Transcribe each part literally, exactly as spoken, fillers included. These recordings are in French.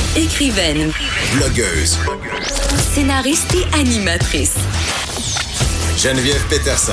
Écrivaine, Blogueuse. scénariste et animatrice. Geneviève Peterson,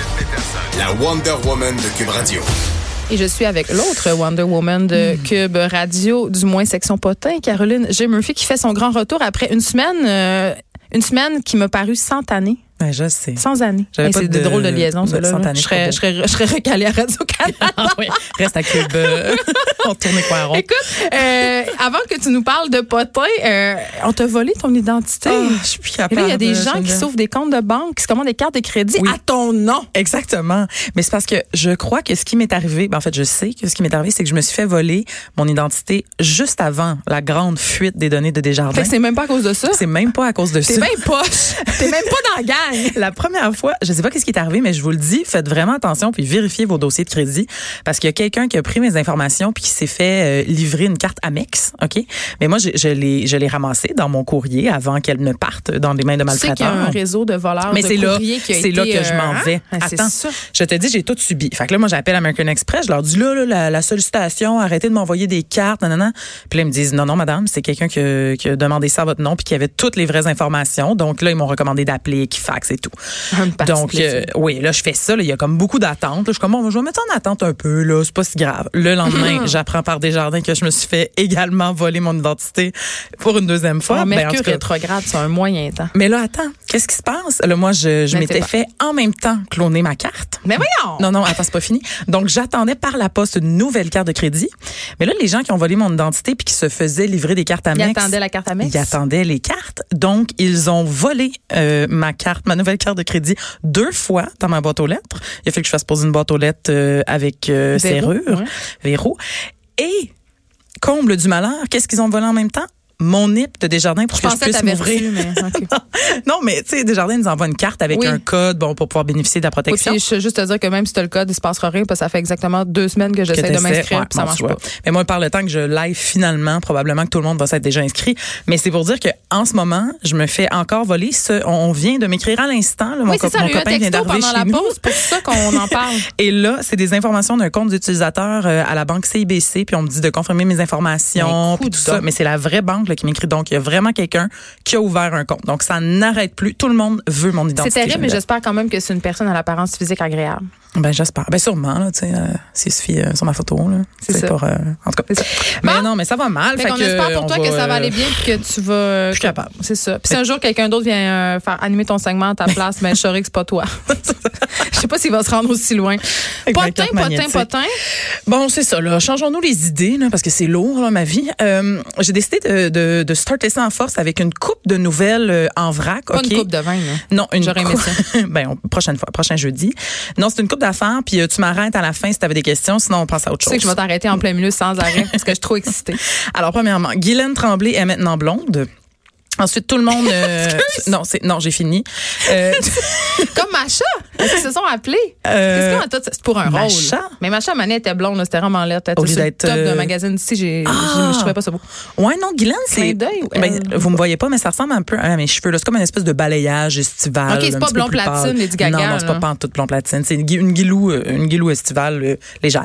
la Wonder Woman de Cube Radio. Et je suis avec l'autre Wonder Woman de Cube Radio, du moins section potin, Caroline G. Murphy, qui fait son grand retour après une semaine, euh, une semaine qui m'a paru cent années. Ben, je sais. Sans années. J'avais Hey, pas c'est de- des drôles de liaisons, ça, de là. cent années Je serais, pour je serais, je serais recalée à Radio-Canada. Ah oui, reste à Cube. Euh, on tourne quoi rond. Écoute, euh, avant que tu nous parles de potin, euh, on t'a volé ton identité. Ah, je suis plus Et capable. là, il y a des gens qui Geneviève. s'ouvrent des comptes de banque, qui se commandent des cartes de crédit Oui. à ton nom. Exactement. Mais c'est parce que je crois que ce qui m'est arrivé, ben en fait, je sais que ce qui m'est arrivé, c'est que je me suis fait voler mon identité juste avant la grande fuite des données de Desjardins. Fait que c'est même pas à cause de ça. C'est même pas à cause de T'es ça. bien poche. T'es même pas dans la gang. La première fois, je sais pas qu'est-ce qui est arrivé, mais je vous le dis, faites vraiment attention puis vérifiez vos dossiers de crédit parce qu'il y a quelqu'un qui a pris mes informations puis qui s'est fait euh, livrer une carte Amex, ok. Mais moi, je, je l'ai, je l'ai ramassée dans mon courrier avant qu'elle ne parte dans les mains de Tu sais qu'il y a malfaiteurs. un réseau de voleurs Mais de c'est là, courrier qui a c'est été, là que je m'en euh, vais. hein? C'est Attends, ça. je te dis, j'ai tout subi. Fait que là, moi, j'appelle American Express, je leur dis là, là la, la sollicitation, arrêtez de m'envoyer des cartes, nanana. Puis là, ils me disent non, non, madame, c'est quelqu'un qui a, qui a demandé ça à votre nom puis qui avait toutes les vraies informations. Donc là, ils m'ont recommandé d'appeler Equifax et tout. Une partie Donc, de plaisir. euh, oui, là, je fais ça. Là, il y a comme beaucoup d'attentes. là. Je suis comme, bon, je vais mettre en attente un peu. Là, c'est pas si grave. Le lendemain, j'apprends par Desjardins que je me suis fait également voler mon identité pour une deuxième fois. Oh, Ben, en Mercure tout cas, rétrograde, c'est un moyen temps. mais là, attends, qu'est-ce qui se passe? Là, moi, je, je Mais m'étais c'est pas- fait en même temps cloner ma carte. Mais voyons! Non, non, attends, c'est pas fini. Donc, j'attendais par la poste une nouvelle carte de crédit. Mais là, les gens qui ont volé mon identité puis qui se faisaient livrer des cartes Ils Amex. attendaient la carte Amex? Ils attendaient les cartes. Donc, ils ont volé euh, ma carte, ma nouvelle carte de crédit deux fois dans ma boîte aux lettres. Il a fallu que je fasse poser une boîte aux lettres euh, avec euh, Verrou, serrure, ouais. verrou. Et, comble du malheur, qu'est-ce qu'ils ont volé en même temps? Mon I P de Desjardins pour Je que je pensais puisse t'avoir m'ouvrir. reçu, mais OK. Non, mais tu sais, Desjardins nous envoie une carte avec Oui. un code bon pour pouvoir bénéficier de la Oui, protection. puis je veux juste te dire que même si tu as le code, il se passera rien parce que ça fait exactement deux semaines que j'essaie Que de t'essaies, m'inscrire ouais, puis ça bon, marche tu vois. pas. Mais moi, par le temps que je live finalement, probablement que tout le monde va s'être déjà inscrit. Mais c'est pour dire que en ce moment, je me fais encore voler. Ce, on vient de m'écrire à l'instant. Là, mon Oui, c'est co- ça, mon il y a eu un copain vient texto d'arriver pendant chez la nous. pause, c'est pour ça qu'on en parle. Et là, c'est des informations d'un compte d'utilisateur euh, à la banque C I B C, puis on me dit de confirmer mes informations, Mais puis tout coudonc. ça. Mais c'est la vraie banque là, qui m'écrit. Donc, il y a vraiment quelqu'un qui a ouvert un compte. Donc, ça n'arrête plus. Tout le monde veut mon identité. C'est terrible, mais Geneviève. j'espère quand même que c'est une personne à l'apparence physique agréable. Ben, j'espère. Ben, sûrement, là, tu sais, euh, s'il suffit euh, sur ma photo, là. C'est Tu sais, ça. Pour, euh, en tout cas. C'est ça. Mais Bon. non, mais ça va mal. Fait Fait qu'on que, espère pour on toi va, que ça va euh, aller bien puis que tu vas. euh, je suis capable. C'est ça. Puis si un jour quelqu'un d'autre vient euh, faire animer ton segment à ta place, ben je saurai que c'est pas toi. Je sais pas s'il va se rendre aussi loin. Avec ma Potin, carte potin, magnétique. potin. Bon, c'est ça, là. Changeons-nous les idées, là, parce que c'est lourd, là, ma vie. Euh, j'ai décidé de, de, de starter ça en force avec une coupe de nouvelles euh, en vrac. Pas OK? une coupe de vin, là. Non, une J'aurais aimé coupe- ça. ben, on- prochaine fois, prochain jeudi. Non, c'est une coupe d'affaires, puis euh, tu m'arrêtes à la fin si tu avais des questions, sinon on passe à autre Tu chose. sais que je vais t'arrêter en plein milieu sans arrêt parce que je suis trop excitée. Alors, premièrement, Guylaine Tremblay est maintenant blonde. Ensuite, tout le monde... euh, non, c'est non, j'ai fini. Euh, Comme Macha. Est-ce qu'ils se sont appelés? Euh, Qu'est-ce qu'on a tout? C'est pour un rôle. Macha? Mais Macha Manet était blonde, là, c'était vraiment l'air. Au lieu Sur le d'être, top euh, d'un magazine d'ici, j'ai, Ah! j'ai- je trouvais pas ça beau. ouais, non, Guylaine, c'est... Clin d'œil ou Ben, elle? vous me voyez pas, mais ça ressemble un peu à mes cheveux. là. C'est comme une espèce de balayage estival. OK, c'est un pas petit peu blond plus platine, pâle. Lady Gaga, Non, non, c'est là. pas pantoute blond platine. C'est une, gui- une guilou, euh, une guilou estivale euh, légère.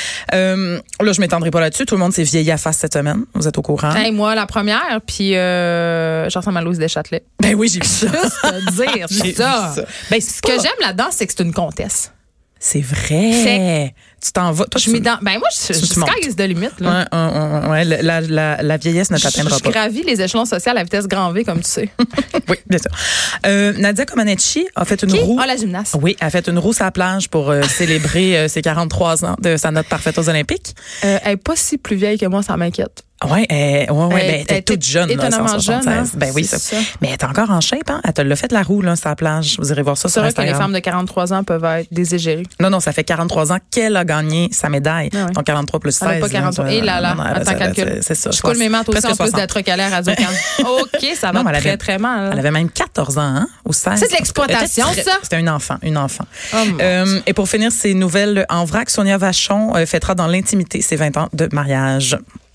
Euh, là, je m'étendrai pas là-dessus. Tout le monde s'est vieilli à face cette semaine. Vous êtes au courant? Hey, moi, la première, puis euh, j'en ressemble à Louise Deschâtelet. Ben oui, j'ai vu ça. Juste te dire J'ai ça. vu ça. Ben, Ce que j'aime là-dedans, c'est que c'est une comtesse. C'est vrai. Tu t'en vas. Toi, Je tu- m'y dans- Ben moi, je, je tu- tu montes. sky is the limit. Là. Ouais, ouais, ouais, ouais, la, la, la vieillesse ne Je, t'atteindra je pas. gravis les échelons sociaux à la vitesse grand V, comme tu sais. Oui, bien sûr. Euh, Nadia Comaneci a fait une Qui? roue. Ah, la gymnaste. Oui, a fait une roue sur la plage pour euh, célébrer euh, ses quarante-trois ans de sa note parfaite aux Olympiques. Euh, elle est pas si plus vieille que moi, ça m'inquiète. Oui, ouais, ouais, Elle- ben, elle elle était était toute jeune, là, étonnamment cent soixante-seize. jeune, hein? Ben oui, C'est ça. ça. Mais elle est encore en shape, hein? Elle te l'a fait la roue, là, sur la plage. Vous irez voir ça C'est sur vrai que les Instagram. femmes de quarante-trois ans peuvent être déségérées. Non, non, ça fait quarante-trois ans qu'elle a gagné sa médaille. Ah ouais. Donc quarante-trois plus seize. Elle a pas quarante-trois. là, Et là, là, non, non, attends, ça- calcul. c'est- C'est ça. Je coule mes maths aussi presque en plus soixante. d'être calée à Radio-Can. OK, ça va Non, mais elle très, avait- très mal. Elle avait même quatorze ans, hein, ou seize. C'est de l'exploitation, Elle était très- ça? C'était une enfant, une enfant. Oh, mon Euh, et pour finir ces nouvelles en vrac, Sonia Vachon euh, fêtera dans l'intimité ses vingt ans de mariage.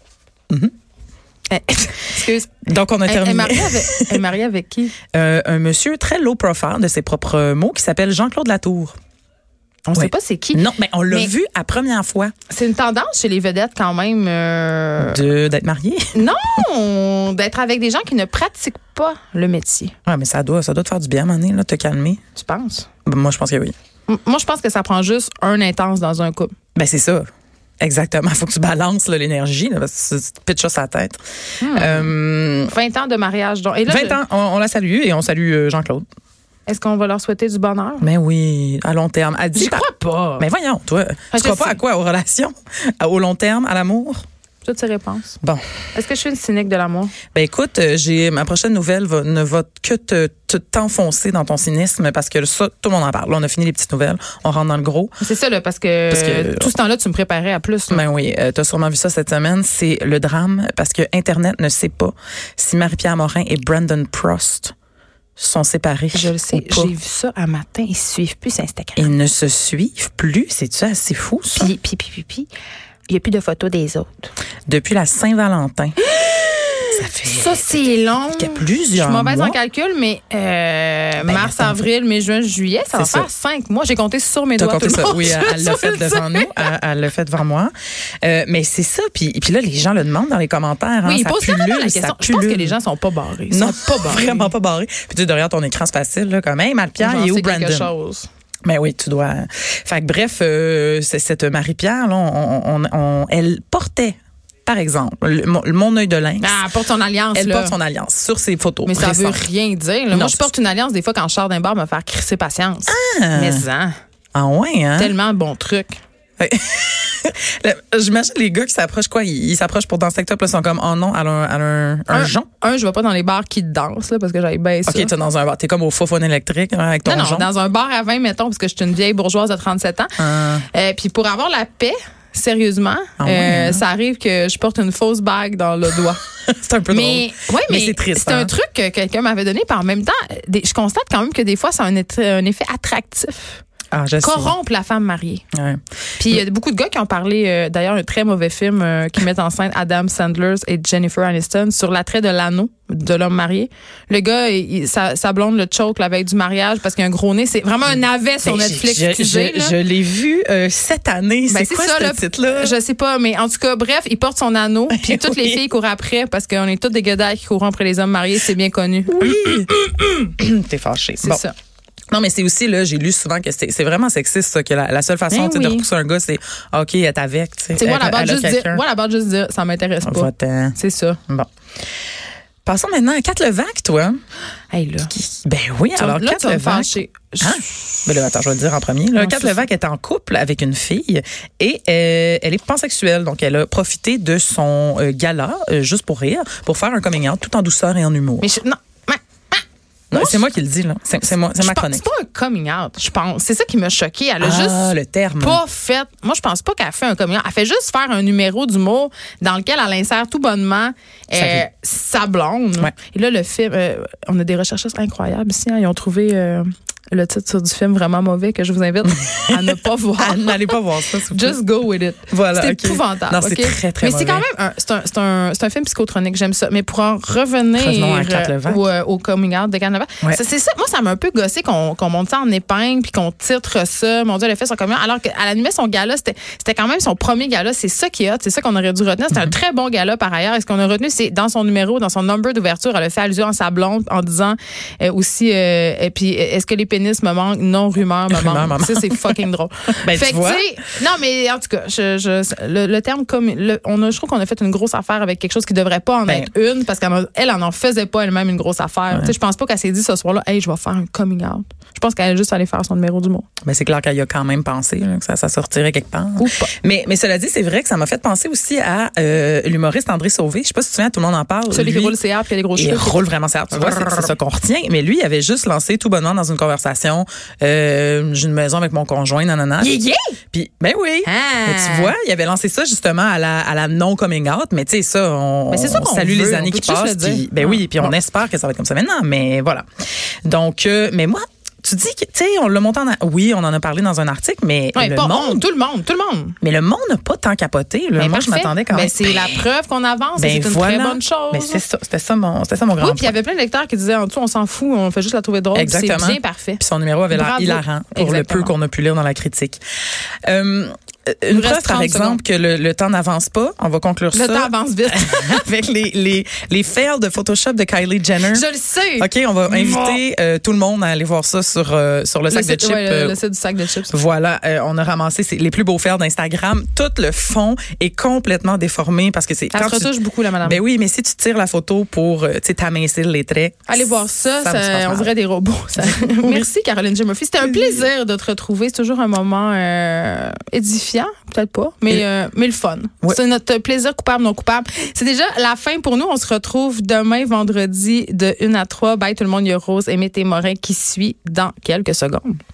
Excuse. Donc, on a Elle, elle, est terminé. mariée avec, elle est mariée avec qui? Euh, un monsieur très low profile de ses propres mots qui s'appelle Jean-Claude Latour. On Oui. sait pas c'est qui. Non, mais on l'a Mais- vu à première fois C'est une tendance chez les vedettes quand même. euh, de d'être marié. Non, d'être avec des gens qui ne pratiquent pas le métier. Ouais, mais ça doit, ça doit te faire du bien à un moment donné, là, te calmer. Tu penses? Ben, moi, je pense que oui. M- Moi, je pense que ça prend juste un intense dans un couple. Ben, c'est ça. Exactement. Faut que tu balances là, l'énergie, là, parce que tu te pitches ça sur la tête. Hmm. Euh, vingt ans de mariage. Donc. Et là, vingt je- ans, on, on la salue et on salue euh, Jean-Claude. Est-ce qu'on va leur souhaiter du bonheur? Mais oui, à long terme. Elle dit J'y crois pas. Mais voyons, toi, Ah, tu crois je pas sais. à quoi? Aux relations? À- Au long terme? À l'amour? Toutes ces réponses. Bon. Est-ce que je suis une cynique de l'amour? Ben écoute, euh, j'ai ma prochaine nouvelle va, ne va que te, te t'enfoncer dans ton cynisme parce que ça, tout le monde en parle. Là, on a fini les petites nouvelles. On rentre dans le gros. C'est ça, là, parce que, Parce que- tout ce temps-là, tu me préparais à plus. là. Ben oui, euh, t'as sûrement vu ça cette semaine. C'est le drame parce que Internet ne sait pas si Marie-Pierre Morin et Brandon Prost sont séparés. Je le sais. ou pas. J'ai vu ça un matin. Ils se suivent plus sur Instagram. Ils ne se suivent plus. C'est-tu assez fou, ça? Puis, puis, puis, puis, puis, il n'y a plus de photos des autres. Depuis la Saint-Valentin. Ça fait Ça, c'est long. qu'il y a Je plusieurs suis mauvaise mois. en calcul, mais euh, Ben, mars, attends. avril, mai, juin, juillet, ça va C'est ça. faire cinq mois. J'ai compté sur mes T'as doigts. compté tout le ça? monde. Oui, elle, elle l'a Je fait le devant sais. nous. Elle, elle l'a fait devant moi. Euh, mais c'est ça. Puis, puis là, les gens le demandent dans les commentaires. Oui, hein, ils ça posent pullule, carrément la ça question. Je pense que pullule. les gens sont pas barrés. Ils Non, sont pas barrés. vraiment pas barré. Puis tu sais, derrière ton écran, c'est facile, là, comme, hey, Marie-Pierre, J'en il est où sais quelque Brandon? chose. Mais oui, tu dois. Fait que bref, euh, c'est- cette Marie-Pierre, là, on, on, on- elle portait, par exemple, le- mon, mon œil de lynx. Ah, elle porte son alliance, Elle là. porte son alliance sur ses photos. Mais ça veut récentes. rien dire. là. Non, Moi, je c'est- porte une alliance des fois quand je sors d'un bar me faire crisser patience. Ah. Mais ça, Ah ouais, hein? tellement bon truc. Là, j'imagine les gars qui s'approchent, quoi? Ils ils s'approchent pour danser avec toi, puis là, ils sont comme, oh non, elle a un, elle a un, un jonc. Un, je vais pas dans les bars qui dansent, là, parce que j'aille bien ça. OK, t'es dans un bar. T'es comme au faux-phone électrique, hein, avec ton non, non, jonc. dans un bar à vin, mettons, parce que je suis une vieille bourgeoise de trente-sept ans. Ah. Euh, puis pour avoir la paix, sérieusement, Ah ouais, euh, hein? ça arrive que je porte une fausse bague dans le doigt. c'est un peu mais drôle. ouais, mais, Mais c'est triste, C'est hein? un truc que quelqu'un m'avait donné. Par en même temps, des- je constate quand même que des fois, ça a un, être- un effet attractif. Ah, je sais. Corrompre la femme mariée. Ouais. Puis il y a beaucoup de gars qui ont parlé, euh, d'ailleurs, un très mauvais film euh, qui met en scène Adam Sandler et Jennifer Aniston sur l'attrait de l'anneau de l'homme marié. Le gars, il- il- sa, sa blonde le choke la veille du mariage parce qu'il y a un gros nez. C'est vraiment un navet sur Ben, Netflix. je, excusez, je, là. je l'ai vu euh, cette année. Ben, c'est quoi ça, ce là. titre-là? Je sais pas, mais en tout cas, bref, il porte son anneau, puis toutes les Oui. filles courent après parce qu'on est toutes des gueudards qui courent après les hommes mariés, c'est bien connu. Oui. T'es fâché. C'est Bon. ça. Non, mais c'est aussi, là, j'ai lu souvent que c'est c'est vraiment sexiste, ça, que la, la seule façon Ben tu sais, de oui. repousser un gars, c'est ah, OK, elle est avec. Tu sais. C'est moi Elle- la base elle a juste dire, quelqu'un. moi la base juste dire, ça m'intéresse pas. Va-t'en. C'est ça. Bon. Passons maintenant à Kat Levac, toi. Hey là. Ben oui, Tu vas- alors là, Kat tu vas me Levac. fâcher. Hein? Ben là, attends, je vais le dire en premier. Là, Non, Kat c'est Levac est en couple avec une fille et euh, elle est pansexuelle. Donc, elle a profité de son euh, gala, euh, juste pour rire, pour faire un coming out tout en douceur et en humour. Mais je- non, mais- Non, moi, c'est moi qui le dis, là. C'est c'est moi, c'est je ma pense- chronique. C'est pas un coming out, je pense. C'est ça qui m'a choqué. Elle a Ah, juste le terme. pas fait. Moi, je pense pas qu'elle a fait un coming out. Elle fait juste faire un numéro d'humour dans lequel elle insère tout bonnement Sa euh, vie. sa blonde. Ouais. Et là, le film, euh, on a des recherchistes incroyables ici. Hein. Ils ont trouvé euh, le titre du film vraiment mauvais que je vous invite à ne pas voir. Ah, n'allez pas voir ça, s'il vous plaît. Just go with it. Voilà, c'est ok. épouvantable. Non, c'est ok? très, très Mais c'est quand mauvais. même un, c'est un, c'est un, c'est un film psychotronique, j'aime ça. Mais pour en revenir Revenons à Kat euh, Levac. au, euh, au coming out de Kat Levac, Ouais. ça, c'est ça. Moi, ça m'a un peu gossé qu'on qu'on monte ça en épingle puis qu'on titre ça. Mon Dieu, elle a fait son coming out. Alors qu'elle animait son gala, c'était c'était quand même son premier gala. C'est ça qui est hot. C'est ça qu'on aurait dû retenir. C'était Mm-hmm. un très bon gala par ailleurs. Et ce qu'on a retenu, c'est dans son numéro, dans son number d'ouverture, elle a fait allusion à sa blonde en disant euh, aussi, euh, et puis, est-ce que les pénis me manquent? Non, rumeur me Rumeur, manque. maman. Ça, c'est fucking drôle. Ben, fait tu que, vois. tu sais, non, mais en tout cas, je, je, le, le terme comme, le, on a, je trouve qu'on a fait une grosse affaire avec quelque chose qui devrait pas en Ben. être une, parce qu'elle en- elle en en faisait pas elle-même une grosse affaire. Tu sais, je pense pas qu'elle s'est dit ce soir-là, hey, je vais faire un coming out. Je pense qu'elle a juste allé faire son numéro d'humour. Mais c'est clair qu'elle y a quand même pensé là, que ça, ça sortirait quelque part. Ou pas. Mais, mais cela dit, c'est vrai que ça m'a fait penser aussi à euh, l'humoriste André Sauvé. Je sais pas si tu te souviens, tout le monde en parle. Celui Lui, qui roule ses arbres, qui a des gros il cheveux. roule vraiment ses arbres. Tu vois, c'est c'est ça qu'on retient. Mais lui, il avait juste lancé tout bonnement dans une conversation. Euh, j'ai une maison avec mon conjoint, nanana. Il est gay? Puis, ben oui. Ah. Mais tu vois, il avait lancé ça justement à la, à la non-coming out. Mais tu sais, ça, on, Mais c'est ça on qu'on salue veut, les on années peut qui juste passent. le dire. Puis, ben Ah. oui, puis on Bon. espère que ça va être comme ça maintenant. Mais voilà. Donc, euh, mais moi, tu dis que, tu sais, on l'a monté en... A... Oui, on en a parlé dans un article, mais ouais, le pas monde... on, tout le monde, tout le monde. Mais le monde n'a pas tant capoté. Là. Ben, Moi, parfait. je m'attendais quand ben, même. C'est la preuve qu'on avance. Ben, c'est une voilà. très bonne chose. Mais c'est ça, c'était ça mon, c'était ça mon grand Oui, puis il y avait plein de lecteurs qui disaient, en dessous, on s'en fout, on fait juste la trouver drôle. Exactement. C'est bien parfait. Puis son numéro avait l'air Bravo. hilarant pour Exactement. le peu qu'on a pu lire dans la critique. Euh, Une preuve, par exemple, secondes. que le, le temps n'avance pas. On va conclure le ça. Le temps avance vite. avec les, les, les fails de Photoshop de Kylie Jenner. Je le sais. OK, on va inviter euh, tout le monde à aller voir ça sur, euh, sur le sac le de chips. Ouais, euh, le, le site du sac de chips. Voilà, euh, on a ramassé les plus beaux fails d'Instagram. Tout le fond est complètement déformé parce que c'est... Elle se retouche tu, beaucoup, la madame. Ben oui, mais si tu tires la photo pour euh, t'amincir les traits... Allez voir ça, ça, ça on dirait des robots. Ça. Merci, Caroline J. Murphy. C'était un plaisir de te retrouver. C'est toujours un moment euh, édifiant, peut-être pas. Mais, euh, mais le fun. Oui. C'est notre plaisir coupable, non coupable. C'est déjà la fin pour nous. On se retrouve demain, vendredi, de une à trois. Bye tout le monde. Il y a Rose, Aimé et Morin qui suit dans quelques secondes.